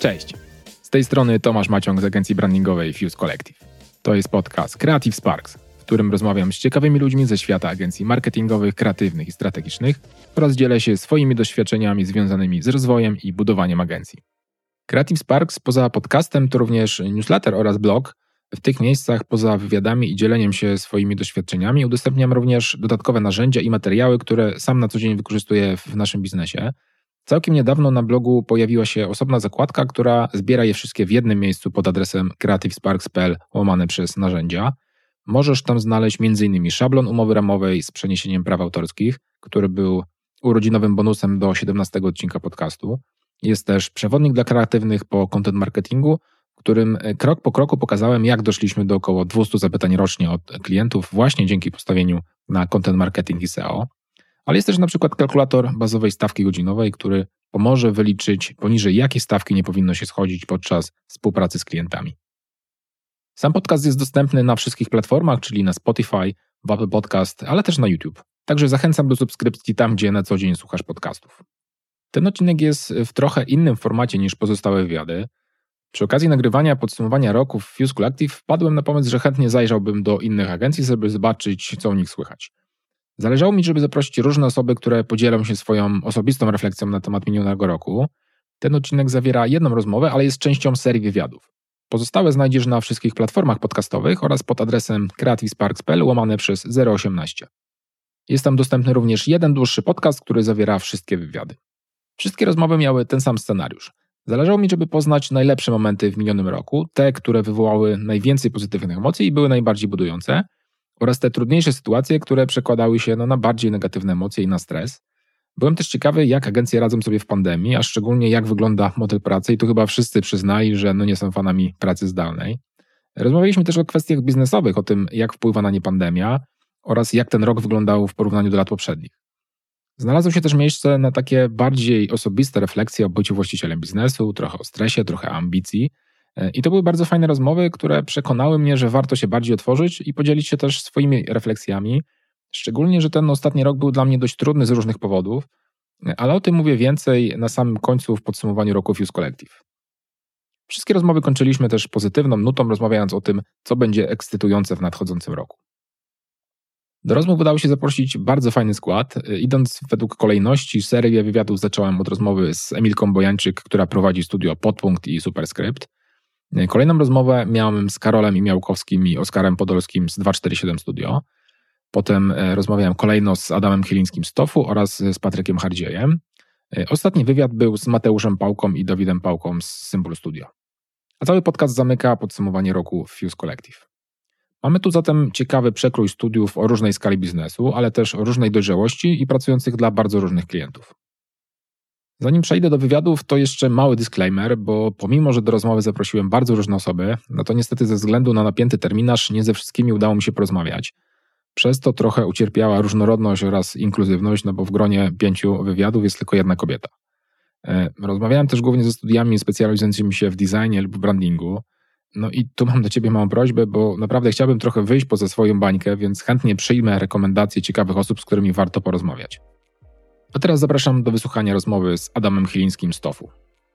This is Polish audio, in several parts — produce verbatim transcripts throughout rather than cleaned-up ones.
Cześć, z tej strony Tomasz Maciąg z agencji brandingowej Fuse Collective. To jest podcast Creative Sparks, w którym rozmawiam z ciekawymi ludźmi ze świata agencji marketingowych, kreatywnych i strategicznych oraz dzielę się swoimi doświadczeniami związanymi z rozwojem i budowaniem agencji. Creative Sparks poza podcastem to również newsletter oraz blog. W tych miejscach poza wywiadami i dzieleniem się swoimi doświadczeniami udostępniam również dodatkowe narzędzia i materiały, które sam na co dzień wykorzystuję w naszym biznesie. Całkiem niedawno na blogu pojawiła się osobna zakładka, która zbiera je wszystkie w jednym miejscu pod adresem creativesparks kropka p l łamane przez narzędzia. Możesz tam znaleźć między innymi szablon umowy ramowej z przeniesieniem praw autorskich, który był urodzinowym bonusem do siedemnastego odcinka podcastu. Jest też przewodnik dla kreatywnych po content marketingu, w którym krok po kroku pokazałem, jak doszliśmy do około dwieście zapytań rocznie od klientów właśnie dzięki postawieniu na content marketing i S E O. Ale jest też na przykład kalkulator bazowej stawki godzinowej, który pomoże wyliczyć, poniżej jakiej stawki nie powinno się schodzić podczas współpracy z klientami. Sam podcast jest dostępny na wszystkich platformach, czyli na Spotify, w Apple Podcast, ale też na YouTube. Także zachęcam do subskrypcji tam, gdzie na co dzień słuchasz podcastów. Ten odcinek jest w trochę innym formacie niż pozostałe wywiady. Przy okazji nagrywania podsumowania roku w Fuse Collective wpadłem na pomysł, że chętnie zajrzałbym do innych agencji, żeby zobaczyć, co u nich słychać. Zależało mi, żeby zaprosić różne osoby, które podzielą się swoją osobistą refleksją na temat minionego roku. Ten odcinek zawiera jedną rozmowę, ale jest częścią serii wywiadów. Pozostałe znajdziesz na wszystkich platformach podcastowych oraz pod adresem creativesparks kropka p l łamane przez zero osiemnaście. Jest tam dostępny również jeden dłuższy podcast, który zawiera wszystkie wywiady. Wszystkie rozmowy miały ten sam scenariusz. Zależało mi, żeby poznać najlepsze momenty w minionym roku, te, które wywołały najwięcej pozytywnych emocji i były najbardziej budujące, oraz te trudniejsze sytuacje, które przekładały się no, na bardziej negatywne emocje i na stres. Byłem też ciekawy, jak agencje radzą sobie w pandemii, a szczególnie jak wygląda model pracy i tu chyba wszyscy przyznali, że no, nie są fanami pracy zdalnej. Rozmawialiśmy też o kwestiach biznesowych, o tym, jak wpływa na nie pandemia oraz jak ten rok wyglądał w porównaniu do lat poprzednich. Znalazło się też miejsce na takie bardziej osobiste refleksje o byciu właścicielem biznesu, trochę o stresie, trochę ambicji. I to były bardzo fajne rozmowy, które przekonały mnie, że warto się bardziej otworzyć i podzielić się też swoimi refleksjami. Szczególnie, że ten ostatni rok był dla mnie dość trudny z różnych powodów, ale o tym mówię więcej na samym końcu w podsumowaniu roku Fuse Collective. Wszystkie rozmowy kończyliśmy też pozytywną nutą, rozmawiając o tym, co będzie ekscytujące w nadchodzącym roku. Do rozmów udało się zaprosić bardzo fajny skład. Idąc według kolejności, serię wywiadów zacząłem od rozmowy z Emilką Bojańczyk, która prowadzi studio Podpunkt i Superskrypt. Kolejną rozmowę miałem z Karolem Imiałkowskim i Oskarem Podolskim z dwieście czterdzieści siedem Studio. Potem rozmawiałem kolejno z Adamem Chylińskim z Tofu oraz z Patrykiem Hardziejem. Ostatni wywiad był z Mateuszem Pałką i Dawidem Pałką z Symbol Studio. A cały podcast zamyka podsumowanie roku Fuse Collective. Mamy tu zatem ciekawy przekrój studiów o różnej skali biznesu, ale też o różnej dojrzałości i pracujących dla bardzo różnych klientów. Zanim przejdę do wywiadów, to jeszcze mały disclaimer, bo pomimo, że do rozmowy zaprosiłem bardzo różne osoby, no to niestety ze względu na napięty terminarz nie ze wszystkimi udało mi się porozmawiać. Przez to trochę ucierpiała różnorodność oraz inkluzywność, no bo w gronie pięciu wywiadów jest tylko jedna kobieta. Rozmawiałem też głównie ze studiami specjalizującymi się w designie lub brandingu. No i tu mam do Ciebie małą prośbę, bo naprawdę chciałbym trochę wyjść poza swoją bańkę, więc chętnie przyjmę rekomendacje ciekawych osób, z którymi warto porozmawiać. A teraz zapraszam do wysłuchania rozmowy z Adamem Chylińskim z Tofu.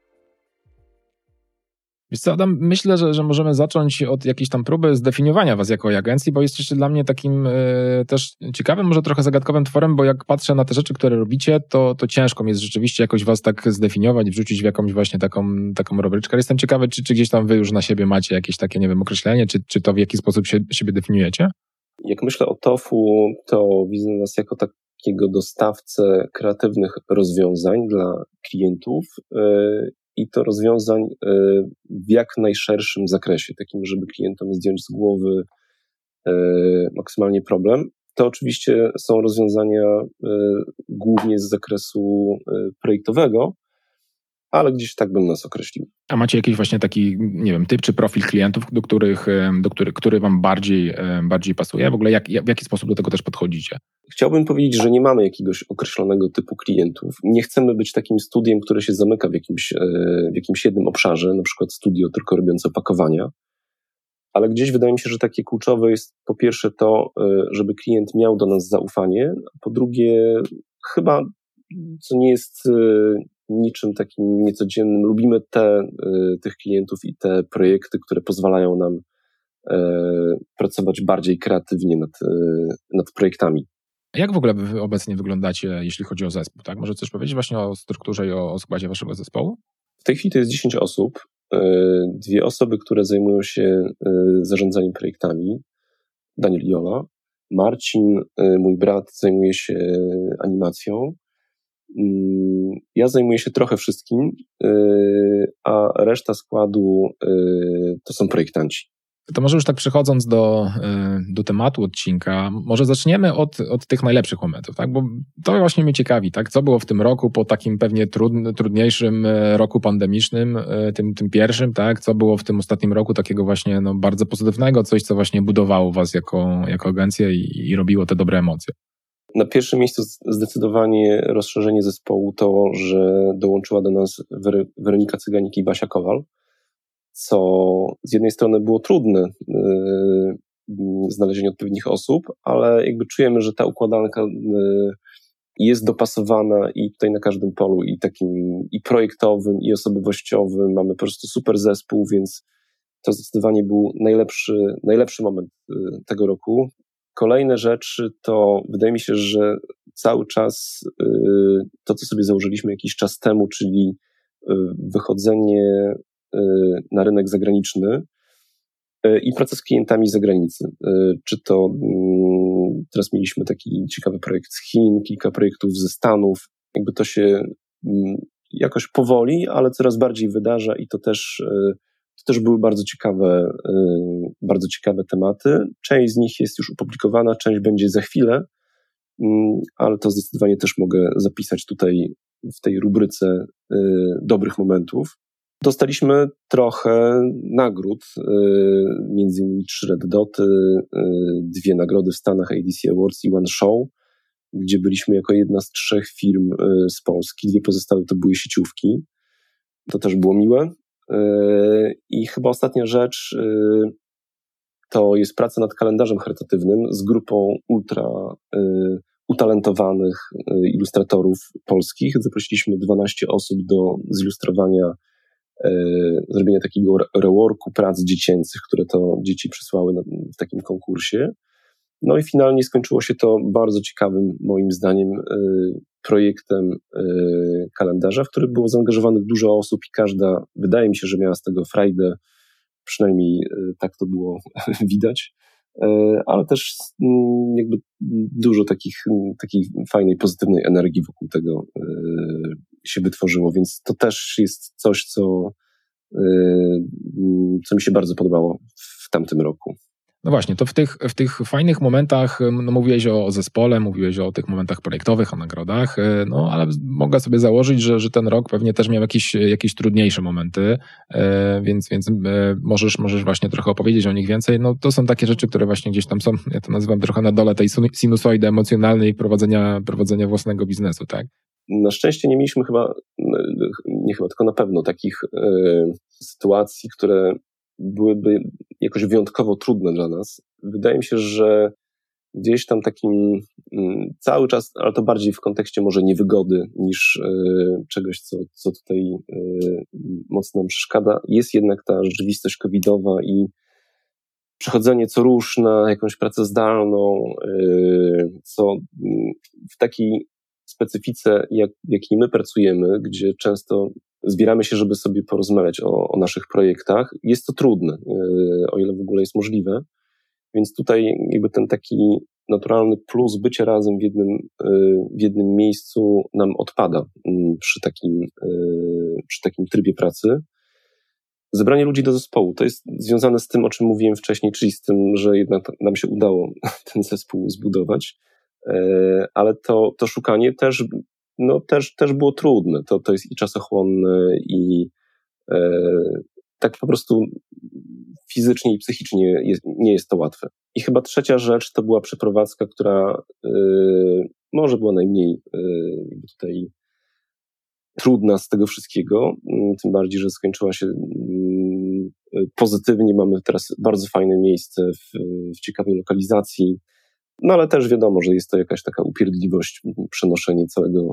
Wiesz co, Adam, myślę, że, że możemy zacząć od jakiejś tam próby zdefiniowania Was jako agencji, bo jesteście dla mnie takim y, też ciekawym, może trochę zagadkowym tworem, bo jak patrzę na te rzeczy, które robicie, to, to ciężko mi jest rzeczywiście jakoś Was tak zdefiniować, wrzucić w jakąś właśnie taką, taką rubryczkę. Jestem ciekawy, czy, czy gdzieś tam Wy już na siebie macie jakieś takie, nie wiem, określenie, czy, czy to w jaki sposób się, siebie definiujecie? Jak myślę o Tofu, to widzę nas jako takiego dostawcę kreatywnych rozwiązań dla klientów, y, i to rozwiązań w jak najszerszym zakresie, takim, żeby klientom zdjąć z głowy maksymalnie problem. To oczywiście są rozwiązania głównie z zakresu projektowego, ale gdzieś tak bym nas określił. A macie jakiś właśnie taki, nie wiem, typ czy profil klientów, do których, do których, który wam bardziej, bardziej pasuje? W ogóle jak, w jaki sposób do tego też podchodzicie? Chciałbym powiedzieć, że nie mamy jakiegoś określonego typu klientów. Nie chcemy być takim studiem, które się zamyka w jakimś, w jakimś jednym obszarze, na przykład studio tylko robiące opakowania, ale gdzieś wydaje mi się, że takie kluczowe jest po pierwsze to, żeby klient miał do nas zaufanie, a po drugie chyba, co nie jest niczym takim niecodziennym. Lubimy te, tych klientów i te projekty, które pozwalają nam pracować bardziej kreatywnie nad, nad projektami. A jak w ogóle wy obecnie wyglądacie, jeśli chodzi o zespół? Tak? Może coś powiedzieć właśnie o strukturze i o, o składzie waszego zespołu? W tej chwili to jest dziesięć osób. Dwie osoby, które zajmują się zarządzaniem projektami. Daniel i Jola. Marcin, mój brat, zajmuje się animacją. Ja zajmuję się trochę wszystkim, a reszta składu to są projektanci. To może już tak przechodząc do, do tematu odcinka, może zaczniemy od, od tych najlepszych momentów, tak? Bo to właśnie mnie ciekawi, tak? Co było w tym roku po takim pewnie trudny, trudniejszym roku pandemicznym, tym, tym pierwszym, tak? Co było w tym ostatnim roku takiego właśnie no, bardzo pozytywnego, coś, co właśnie budowało was jako, jako agencję i, i robiło te dobre emocje? Na pierwszym miejscu zdecydowanie rozszerzenie zespołu, to, że dołączyła do nas Weronika Cyganik i Basia Kowal, co z jednej strony było trudne, yy, znalezienie odpowiednich osób, ale jakby czujemy, że ta układanka yy, jest dopasowana i tutaj na każdym polu, i takim i projektowym, i osobowościowym. Mamy po prostu super zespół, więc to zdecydowanie był najlepszy, najlepszy moment yy, tego roku. Kolejne rzeczy to wydaje mi się, że cały czas yy, to, co sobie założyliśmy jakiś czas temu, czyli yy, wychodzenie na rynek zagraniczny i praca z klientami z zagranicy. Czy to teraz mieliśmy taki ciekawy projekt z Chin, kilka projektów ze Stanów. Jakby to się jakoś powoli, ale coraz bardziej wydarza i to też, to też były bardzo ciekawe, bardzo ciekawe tematy. Część z nich jest już opublikowana, część będzie za chwilę, ale to zdecydowanie też mogę zapisać tutaj w tej rubryce dobrych momentów. Dostaliśmy trochę nagród, między innymi trzy Red Doty, dwie nagrody w Stanach A D C Awards i One Show, gdzie byliśmy jako jedna z trzech firm z Polski. Dwie pozostałe to były sieciówki. To też było miłe. I chyba ostatnia rzecz to jest praca nad kalendarzem charytatywnym z grupą ultra utalentowanych ilustratorów polskich. Zaprosiliśmy dwanaście osób do zilustrowania zrobienia takiego reworku prac dziecięcych, które to dzieci przysłały na, w takim konkursie. No i finalnie skończyło się to bardzo ciekawym, moim zdaniem, projektem kalendarza, w który było zaangażowanych dużo osób i każda, wydaje mi się, że miała z tego frajdę, przynajmniej tak to było widać, ale też jakby dużo takich, takiej fajnej, pozytywnej energii wokół tego się wytworzyło, więc to też jest coś, co, co mi się bardzo podobało w tamtym roku. No właśnie, to w tych, w tych fajnych momentach, no mówiłeś o, o zespole, mówiłeś o tych momentach projektowych, o nagrodach, no ale mogę sobie założyć, że, że ten rok pewnie też miał jakieś, jakieś trudniejsze momenty, więc, więc możesz, możesz właśnie trochę opowiedzieć o nich więcej. No to są takie rzeczy, które właśnie gdzieś tam są, ja to nazywam trochę na dole tej sinusoidy emocjonalnej prowadzenia, prowadzenia własnego biznesu, tak? Na szczęście nie mieliśmy chyba, nie chyba, tylko na pewno takich y, sytuacji, które byłyby jakoś wyjątkowo trudne dla nas. Wydaje mi się, że gdzieś tam takim y, cały czas, ale to bardziej w kontekście może niewygody niż y, czegoś, co, co tutaj y, mocno nam przeszkadza, jest jednak ta rzeczywistość covidowa i przechodzenie co rusz na jakąś pracę zdalną, y, co w takiej specyfice, jak, w jakiej my pracujemy, gdzie często zbieramy się, żeby sobie porozmawiać o, o naszych projektach, jest to trudne, o ile w ogóle jest możliwe. Więc tutaj jakby ten taki naturalny plus bycia razem w jednym, w jednym miejscu nam odpada przy takim, przy takim trybie pracy. Zebranie ludzi do zespołu to jest związane z tym, o czym mówiłem wcześniej, czyli z tym, że jednak nam się udało ten zespół zbudować. Ale to, to szukanie też, no też, też było trudne. To, to jest i czasochłonne, i e, tak po prostu fizycznie i psychicznie jest, nie jest to łatwe. I chyba trzecia rzecz to była przeprowadzka, która e, może była najmniej e, tutaj trudna z tego wszystkiego, tym bardziej, że skończyła się pozytywnie. Mamy teraz bardzo fajne miejsce w, w ciekawej lokalizacji. No ale też wiadomo, że jest to jakaś taka upierdliwość, przenoszenie całego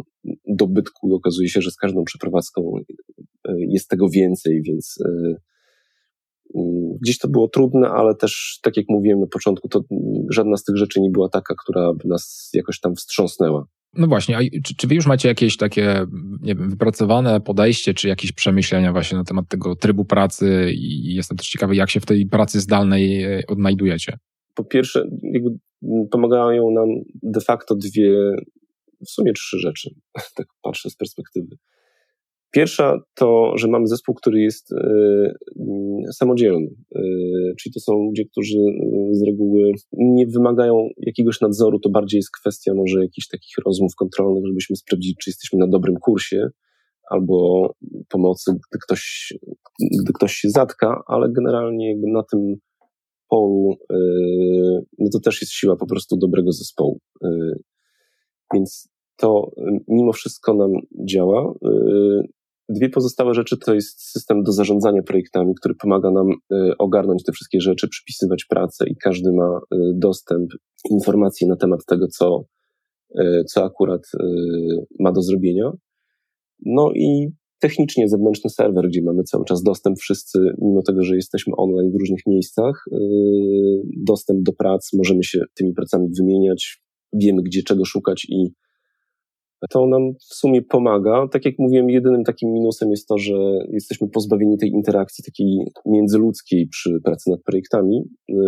dobytku i okazuje się, że z każdą przeprowadzką jest tego więcej, więc gdzieś to było trudne, ale też, tak jak mówiłem na początku, to żadna z tych rzeczy nie była taka, która by nas jakoś tam wstrząsnęła. No właśnie, a czy, czy wy już macie jakieś takie, nie wiem, wypracowane podejście, czy jakieś przemyślenia właśnie na temat tego trybu pracy i jestem też ciekawy, jak się w tej pracy zdalnej odnajdujecie? Po pierwsze, jakby pomagają nam de facto dwie, w sumie trzy rzeczy, tak patrzę z perspektywy. Pierwsza to, że mamy zespół, który jest y, y, samodzielny, y, czyli to są ludzie, którzy z reguły nie wymagają jakiegoś nadzoru, to bardziej jest kwestia może jakichś takich rozmów kontrolnych, żebyśmy sprawdzili, czy jesteśmy na dobrym kursie, albo pomocy, gdy ktoś, gdy ktoś się zatka, ale generalnie jakby na tym polu y, no to też jest siła po prostu dobrego zespołu. Y, więc to mimo wszystko nam działa. Dwie pozostałe rzeczy to jest system do zarządzania projektami, który pomaga nam ogarnąć te wszystkie rzeczy, przypisywać pracę i każdy ma dostęp, informacje na temat tego, co, co akurat ma do zrobienia. No i technicznie zewnętrzny serwer, gdzie mamy cały czas dostęp wszyscy, mimo tego, że jesteśmy online w różnych miejscach, dostęp do prac, możemy się tymi pracami wymieniać, wiemy, gdzie czego szukać i to nam w sumie pomaga. Tak jak mówiłem, jedynym takim minusem jest to, że jesteśmy pozbawieni tej interakcji takiej międzyludzkiej przy pracy nad projektami,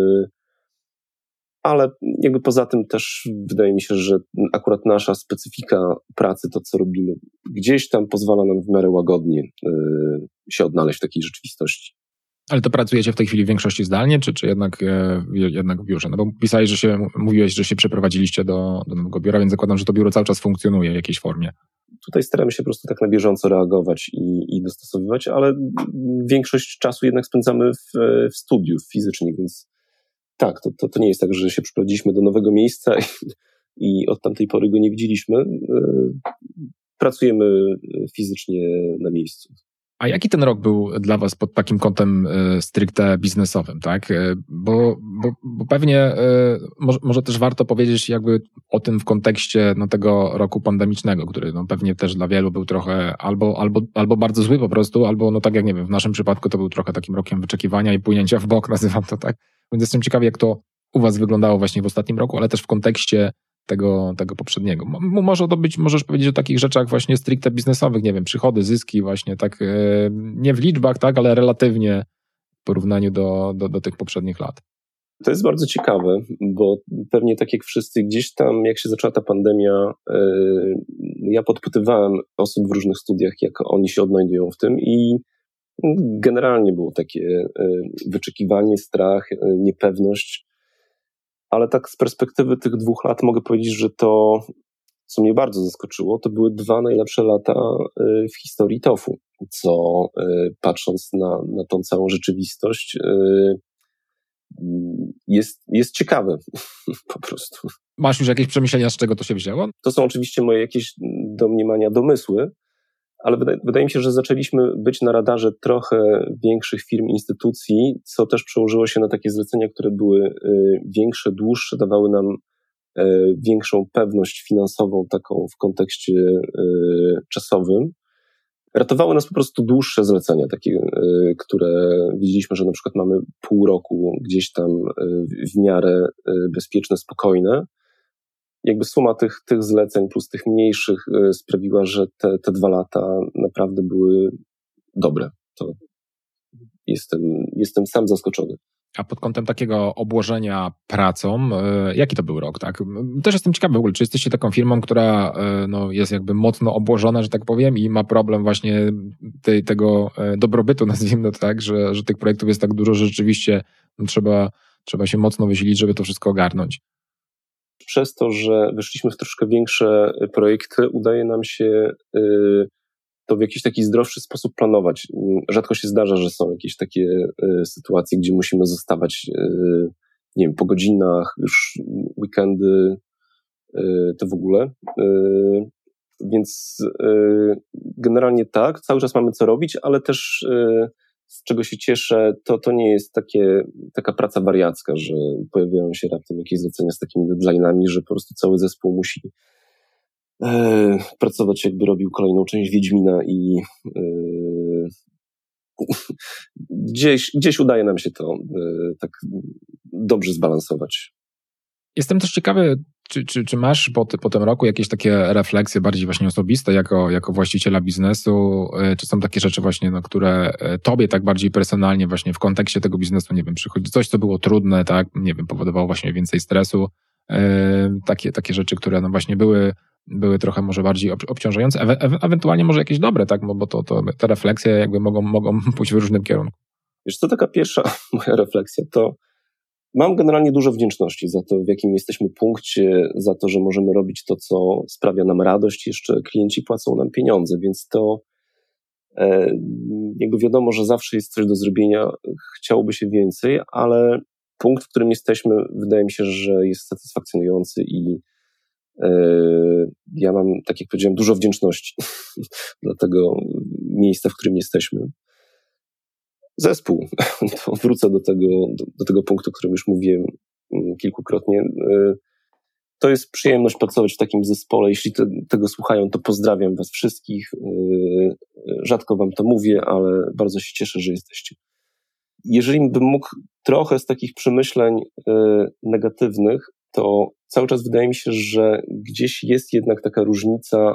ale jakby poza tym też wydaje mi się, że akurat nasza specyfika pracy, to co robimy, gdzieś tam pozwala nam w miarę łagodnie się odnaleźć w takiej rzeczywistości. Ale to pracujecie w tej chwili w większości zdalnie, czy, czy jednak, e, jednak w biurze? No bo pisałeś, że się, mówiłeś, że się przeprowadziliście do, do nowego biura, więc zakładam, że to biuro cały czas funkcjonuje w jakiejś formie. Tutaj staramy się po prostu tak na bieżąco reagować i, i dostosowywać, ale większość czasu jednak spędzamy w, w studiu fizycznie, więc tak, to, to, to nie jest tak, że się przeprowadziliśmy do nowego miejsca i, i od tamtej pory go nie widzieliśmy. Pracujemy fizycznie na miejscu. A jaki ten rok był dla was pod takim kątem y, stricte biznesowym, tak? Y, bo, bo, bo pewnie y, może, może też warto powiedzieć jakby o tym w kontekście no, tego roku pandemicznego, który no, pewnie też dla wielu był trochę albo, albo, albo bardzo zły po prostu, albo no tak jak nie wiem, w naszym przypadku to był trochę takim rokiem wyczekiwania i płynięcia w bok, nazywam to tak. Więc jestem ciekawy, jak to u was wyglądało właśnie w ostatnim roku, ale też w kontekście tego, tego poprzedniego. M- może to być, możesz powiedzieć o takich rzeczach właśnie stricte biznesowych, nie wiem, przychody, zyski właśnie, tak, yy, nie w liczbach, tak, ale relatywnie w porównaniu do, do, do tych poprzednich lat. To jest bardzo ciekawe, bo pewnie tak jak wszyscy, gdzieś tam jak się zaczęła ta pandemia, yy, ja podpytywałem osób w różnych studiach, jak oni się odnajdują w tym i generalnie było takie yy, wyczekiwanie, strach, yy, niepewność. Ale tak z perspektywy tych dwóch lat mogę powiedzieć, że to, co mnie bardzo zaskoczyło, to były dwa najlepsze lata w historii tofu, co patrząc na, na tą całą rzeczywistość jest, jest ciekawe po prostu. Masz już jakieś przemyślenia, z czego to się wzięło? To są oczywiście moje jakieś domniemania, domysły, ale wydaje, wydaje mi się, że zaczęliśmy być na radarze trochę większych firm, instytucji, co też przełożyło się na takie zlecenia, które były y, większe, dłuższe, dawały nam y, większą pewność finansową, taką w kontekście y, czasowym. Ratowały nas po prostu dłuższe zlecenia, takie, y, które widzieliśmy, że na przykład mamy pół roku gdzieś tam y, w miarę y, bezpieczne, spokojne. Jakby suma tych, tych zleceń plus tych mniejszych y, sprawiła, że te, te dwa lata naprawdę były dobre. To jestem, jestem sam zaskoczony. A pod kątem takiego obłożenia pracą, y, jaki to był rok, tak? Też jestem ciekawy w ogóle, czy jesteście taką firmą, która y, no, jest jakby mocno obłożona, że tak powiem, i ma problem właśnie tej, tego y, dobrobytu, nazwijmy to tak, że, że tych projektów jest tak dużo, że rzeczywiście no, trzeba, trzeba się mocno wysilić, żeby to wszystko ogarnąć. Przez to, że weszliśmy w troszkę większe projekty, udaje nam się y, to w jakiś taki zdrowszy sposób planować. Rzadko się zdarza, że są jakieś takie y, sytuacje, gdzie musimy zostawać y, nie wiem, po godzinach, już weekendy, y, to w ogóle. Y, więc y, generalnie tak, cały czas mamy co robić, ale też y, z czego się cieszę, to, to nie jest takie, taka praca wariacka, że pojawiają się raptem jakieś zlecenia z takimi deadline'ami, że po prostu cały zespół musi e, pracować jakby robił kolejną część Wiedźmina i e, gdzieś, gdzieś udaje nam się to e, tak dobrze zbalansować. Jestem też ciekawy, czy, czy, czy masz po, po tym roku jakieś takie refleksje bardziej właśnie osobiste jako, jako właściciela biznesu? Czy są takie rzeczy właśnie, no, które tobie tak bardziej personalnie właśnie w kontekście tego biznesu, nie wiem, przychodzi coś, co było trudne, tak, nie wiem, powodowało właśnie więcej stresu, yy, takie, takie rzeczy, które no właśnie były, były trochę może bardziej ob, obciążające, e, e, ewentualnie może jakieś dobre, tak, bo to, to te refleksje jakby mogą, mogą pójść w różnym kierunku. Wiesz co, taka pierwsza moja refleksja to mam generalnie dużo wdzięczności za to, w jakim jesteśmy punkcie, za to, że możemy robić to, co sprawia nam radość. Jeszcze klienci płacą nam pieniądze, więc to e, jakby wiadomo, że zawsze jest coś do zrobienia, chciałoby się więcej, ale punkt, w którym jesteśmy, wydaje mi się, że jest satysfakcjonujący i e, ja mam, tak jak powiedziałem, dużo wdzięczności dla tego miejsca, w którym jesteśmy. Zespół, to wrócę do tego, do, do tego punktu, o którym już mówiłem kilkukrotnie. To jest przyjemność pracować w takim zespole. Jeśli te, tego słuchają, to pozdrawiam was wszystkich. Rzadko wam to mówię, ale bardzo się cieszę, że jesteście. Jeżeli bym mógł trochę z takich przemyśleń negatywnych, to cały czas wydaje mi się, że gdzieś jest jednak taka różnica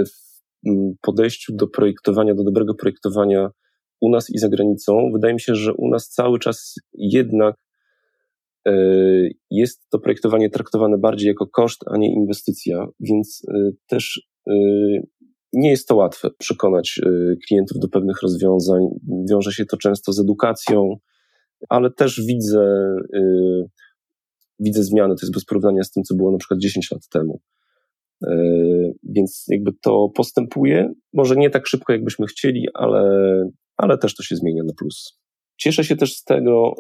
w podejściu do projektowania, do dobrego projektowania u nas i za granicą. Wydaje mi się, że u nas cały czas jednak y, jest to projektowanie traktowane bardziej jako koszt, a nie inwestycja, więc y, też y, nie jest to łatwe przekonać y, klientów do pewnych rozwiązań. Wiąże się to często z edukacją, ale też widzę, y, widzę zmiany, to jest bez porównania z tym, co było na przykład dziesięć lat temu. Y, więc jakby to postępuje, może nie tak szybko, jakbyśmy chcieli, ale ale też to się zmienia na plus. Cieszę się też z tego,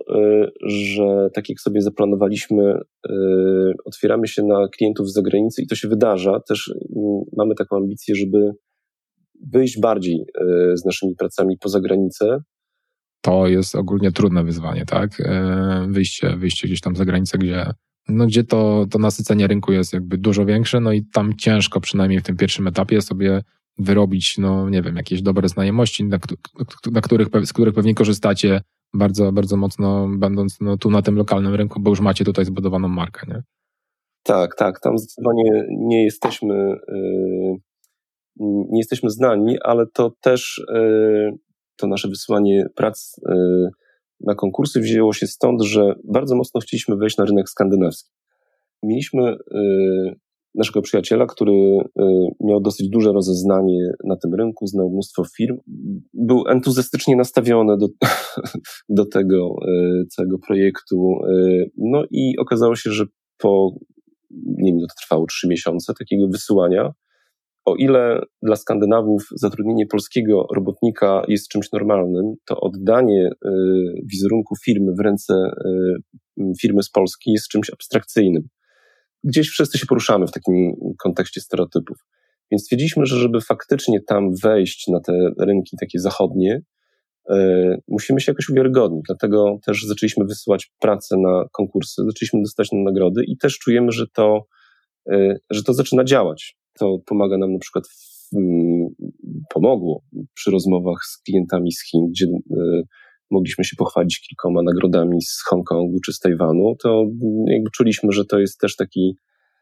że tak jak sobie zaplanowaliśmy, otwieramy się na klientów z zagranicy i to się wydarza. Też mamy taką ambicję, żeby wyjść bardziej z naszymi pracami poza granicę. To jest ogólnie trudne wyzwanie, tak? Wyjście, wyjście gdzieś tam za granicę, gdzie, no, gdzie to, to nasycenie rynku jest jakby dużo większe, no i tam ciężko przynajmniej w tym pierwszym etapie sobie wyrobić, no nie wiem, jakieś dobre znajomości, na, na których, z których pewnie korzystacie bardzo, bardzo mocno, będąc no, tu na tym lokalnym rynku, bo już macie tutaj zbudowaną markę, nie? Tak, tak, tam zdecydowanie nie jesteśmy, yy, nie jesteśmy znani, ale to też yy, to nasze wysyłanie prac yy, na konkursy wzięło się stąd, że bardzo mocno chcieliśmy wejść na rynek skandynawski. Mieliśmy yy, naszego przyjaciela, który miał dosyć duże rozeznanie na tym rynku, znał mnóstwo firm, był entuzjastycznie nastawiony do, do tego całego projektu. No i okazało się, że po, nie wiem, to trwało trzy miesiące takiego wysyłania, o ile dla Skandynawów zatrudnienie polskiego robotnika jest czymś normalnym, to oddanie wizerunku firmy w ręce firmy z Polski jest czymś abstrakcyjnym. Gdzieś wszyscy się poruszamy w takim kontekście stereotypów. Więc stwierdziliśmy, że żeby faktycznie tam wejść na te rynki takie zachodnie, yy, musimy się jakoś uwiarygodnić. Dlatego też zaczęliśmy wysyłać pracę na konkursy, zaczęliśmy dostać na nagrody i też czujemy, że to, yy, że to zaczyna działać. To pomaga nam na przykład, w, yy, pomogło przy rozmowach z klientami z Chin, gdzie yy, mogliśmy się pochwalić kilkoma nagrodami z Hongkongu czy z Tajwanu, to jakby czuliśmy, że to jest też taki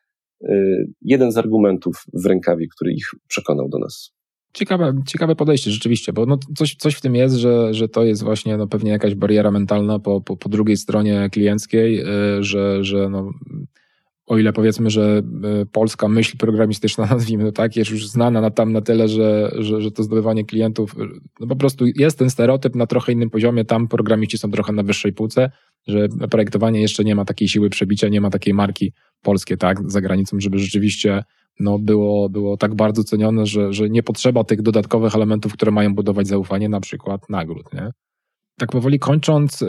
y, jeden z argumentów w rękawie, który ich przekonał do nas. Ciekawe, ciekawe podejście rzeczywiście, bo no coś, coś w tym jest, że, że to jest właśnie no pewnie jakaś bariera mentalna po, po, po drugiej stronie klienckiej, y, że, że no, o ile powiedzmy, że polska myśl programistyczna, nazwijmy to tak, jest już znana na, tam na tyle, że, że, że to zdobywanie klientów, no po prostu jest ten stereotyp na trochę innym poziomie, tam programiści są trochę na wyższej półce, że projektowanie jeszcze nie ma takiej siły przebicia, nie ma takiej marki polskiej, tak, za granicą, żeby rzeczywiście no, było, było tak bardzo cenione, że, że nie potrzeba tych dodatkowych elementów, które mają budować zaufanie, na przykład nagród, nie? Tak powoli kończąc,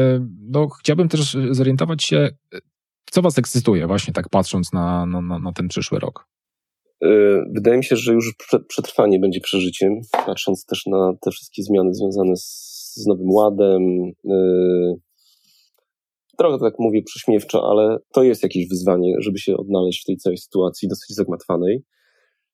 no chciałbym też zorientować się, co was ekscytuje właśnie tak patrząc na, na, na ten przyszły rok? Wydaje mi się, że już przetrwanie będzie przeżyciem, patrząc też na te wszystkie zmiany związane z, z Nowym Ładem. Trochę tak mówię prześmiewczo, ale to jest jakieś wyzwanie, żeby się odnaleźć w tej całej sytuacji dosyć zagmatwanej.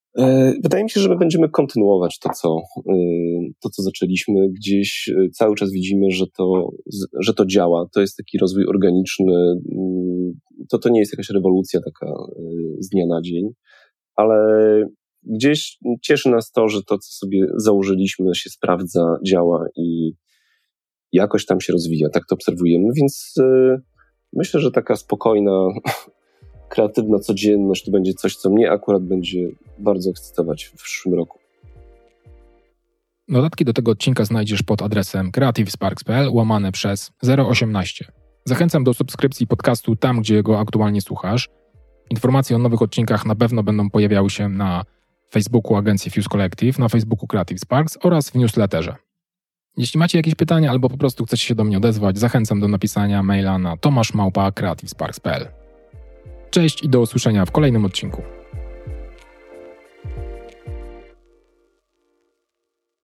Wydaje mi się, że my będziemy kontynuować to, co, to, co zaczęliśmy. Gdzieś cały czas widzimy, że to, że to działa. To jest taki rozwój organiczny. To, to nie jest jakaś rewolucja taka z dnia na dzień, ale gdzieś cieszy nas to, że to, co sobie założyliśmy, się sprawdza, działa i jakoś tam się rozwija. Tak to obserwujemy, więc myślę, że taka spokojna, kreatywna codzienność to będzie coś, co mnie akurat będzie bardzo ekscytować w przyszłym roku. Notatki do tego odcinka znajdziesz pod adresem creativesparks kropka p l łamane przez zero osiemnaście. Zachęcam do subskrypcji podcastu tam, gdzie go aktualnie słuchasz. Informacje o nowych odcinkach na pewno będą pojawiały się na Facebooku agencji Fuse Collective, na Facebooku Creative Sparks oraz w newsletterze. Jeśli macie jakieś pytania albo po prostu chcecie się do mnie odezwać, zachęcam do napisania maila na tomasz małpa creativesparks kropka p l. Cześć i do usłyszenia w kolejnym odcinku.